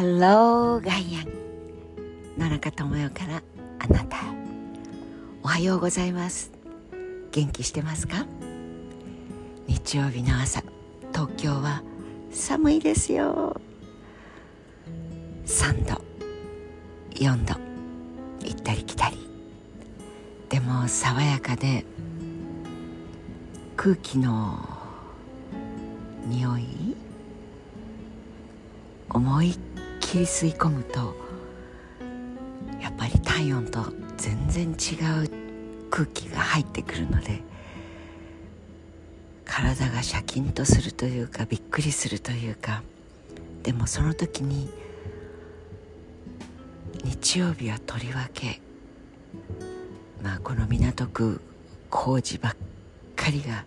ハローガイアン、野中智代からあなたへ。おはようございます。元気してますか？日曜日の朝、東京は寒いですよ。3度4度行ったり来たり。でも爽やかで、空気の匂い、思いっきり吸い込むと、やっぱり体温と全然違う空気が入ってくるので、体がシャキンとするというか、びっくりするというか。でもその時に、日曜日はとりわけ、この港区工事ばっかりが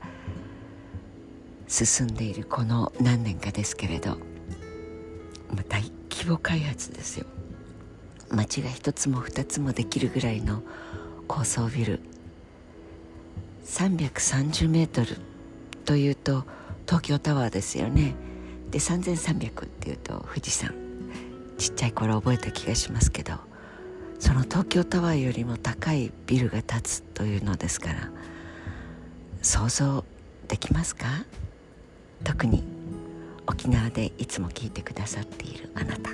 進んでいるこの何年かですけれど、大規模開発ですよ。街が一つも二つもできるぐらいの高層ビル、330メートルというと東京タワーですよね。で3300っていうと富士山。ちっちゃい頃覚えた気がしますけど、その東京タワーよりも高いビルが建つというのですから、想像できますか？特に沖縄でいつも聞いてくださっているあなた、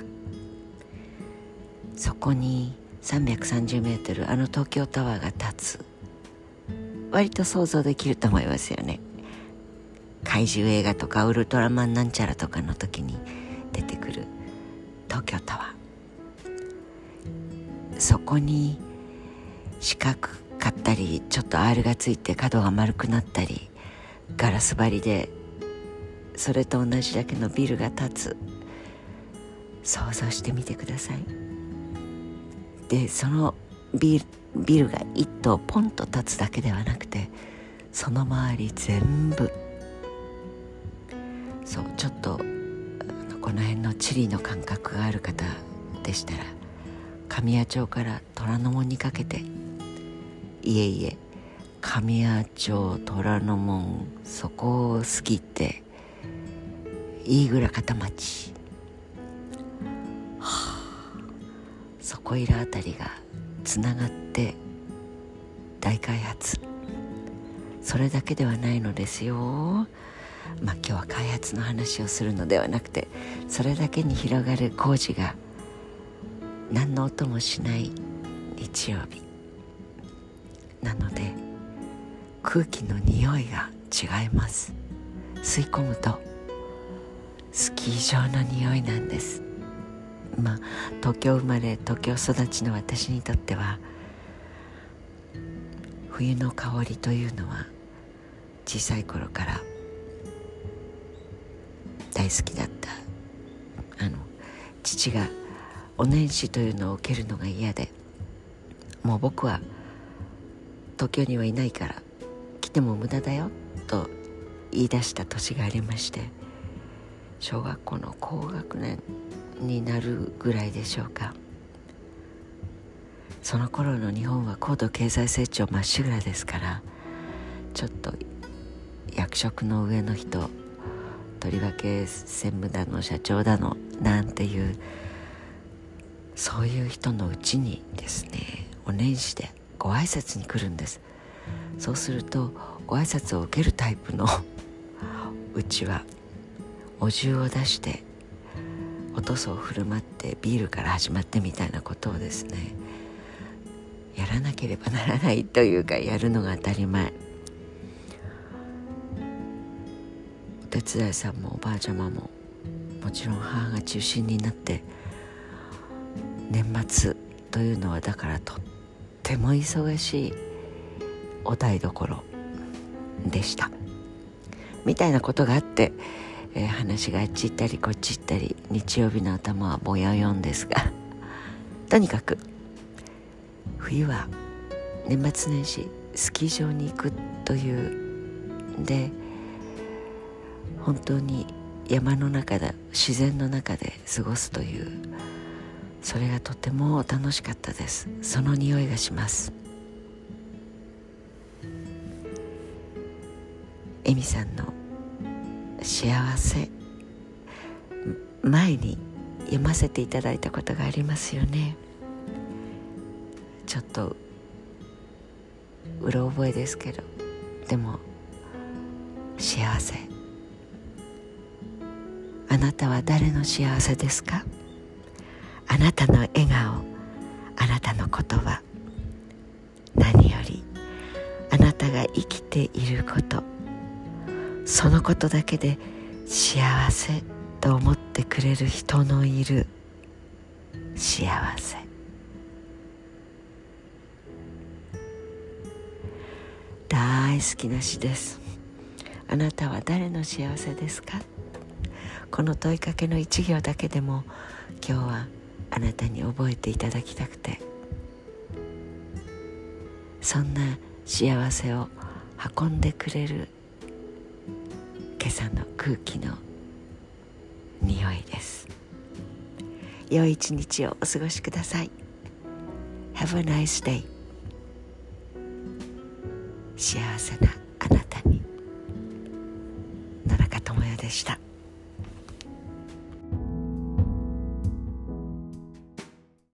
そこに330メートル、あの東京タワーが立つ、割と想像できると思いますよね。怪獣映画とかウルトラマンなんちゃらとかの時に出てくる東京タワー。そこに四角かったり、ちょっと R がついて角が丸くなったり、ガラス張りでそれと同じだけのビルが建つ、想像してみてください。でそのビルが一棟ポンと立つだけではなくて、その周り全部、そう、ちょっとこの辺の地理の感覚がある方でしたら、神谷町から虎ノ門にかけて、神谷町、虎ノ門、そこを過ぎて飯倉片町、そこいらあたりがつながって大開発。それだけではないのですよ。今日は開発の話をするのではなくて、それだけに広がる工事が何の音もしない日曜日なので、空気の匂いが違います。吸い込むとスキー場の匂いなんです。東京生まれ東京育ちの私にとっては、冬の香りというのは小さい頃から大好きだった。父がお年始というのを受けるのが嫌で、もう僕は東京にはいないから来ても無駄だよと言い出した年がありまして、小学校の高学年になるぐらいでしょうか。その頃の日本は高度経済成長まっしぐらですから、ちょっと役職の上の人、とりわけ専務だの社長だのなんていう、そういう人のうちにですね、お年始でご挨拶に来るんです。そうするとご挨拶を受けるタイプのうちは、お重を出しておとそを振る舞って、ビールから始まってみたいなことをですね、やらなければならないというか、やるのが当たり前。お手伝いさんもおばあちゃまも、もちろん母が中心になって、年末というのはだからとっても忙しいお台所でした、みたいなことがあって、話があっち行ったりこっち行ったり、日曜日の頭はぼやよんですがとにかく冬は年末年始スキー場に行くというで、本当に山の中で、自然の中で過ごすという、それがとても楽しかったです。その匂いがします。エミさんの幸せ、前に読ませていただいたことがありますよね。ちょっとうろ覚えですけど、でも幸せ。あなたは誰の幸せですか？あなたの笑顔、あなたの言葉、何よりあなたが生きていること、そのことだけで幸せと思ってくれる人のいる幸せ。大好きな詩です。あなたは誰の幸せですか？この問いかけの一行だけでも今日はあなたに覚えていただきたくて、そんな幸せを運んでくれる今朝の空気の匂いです。良い一日をお過ごしください。 Have a nice day。 幸せなあなたに。野中智代でした。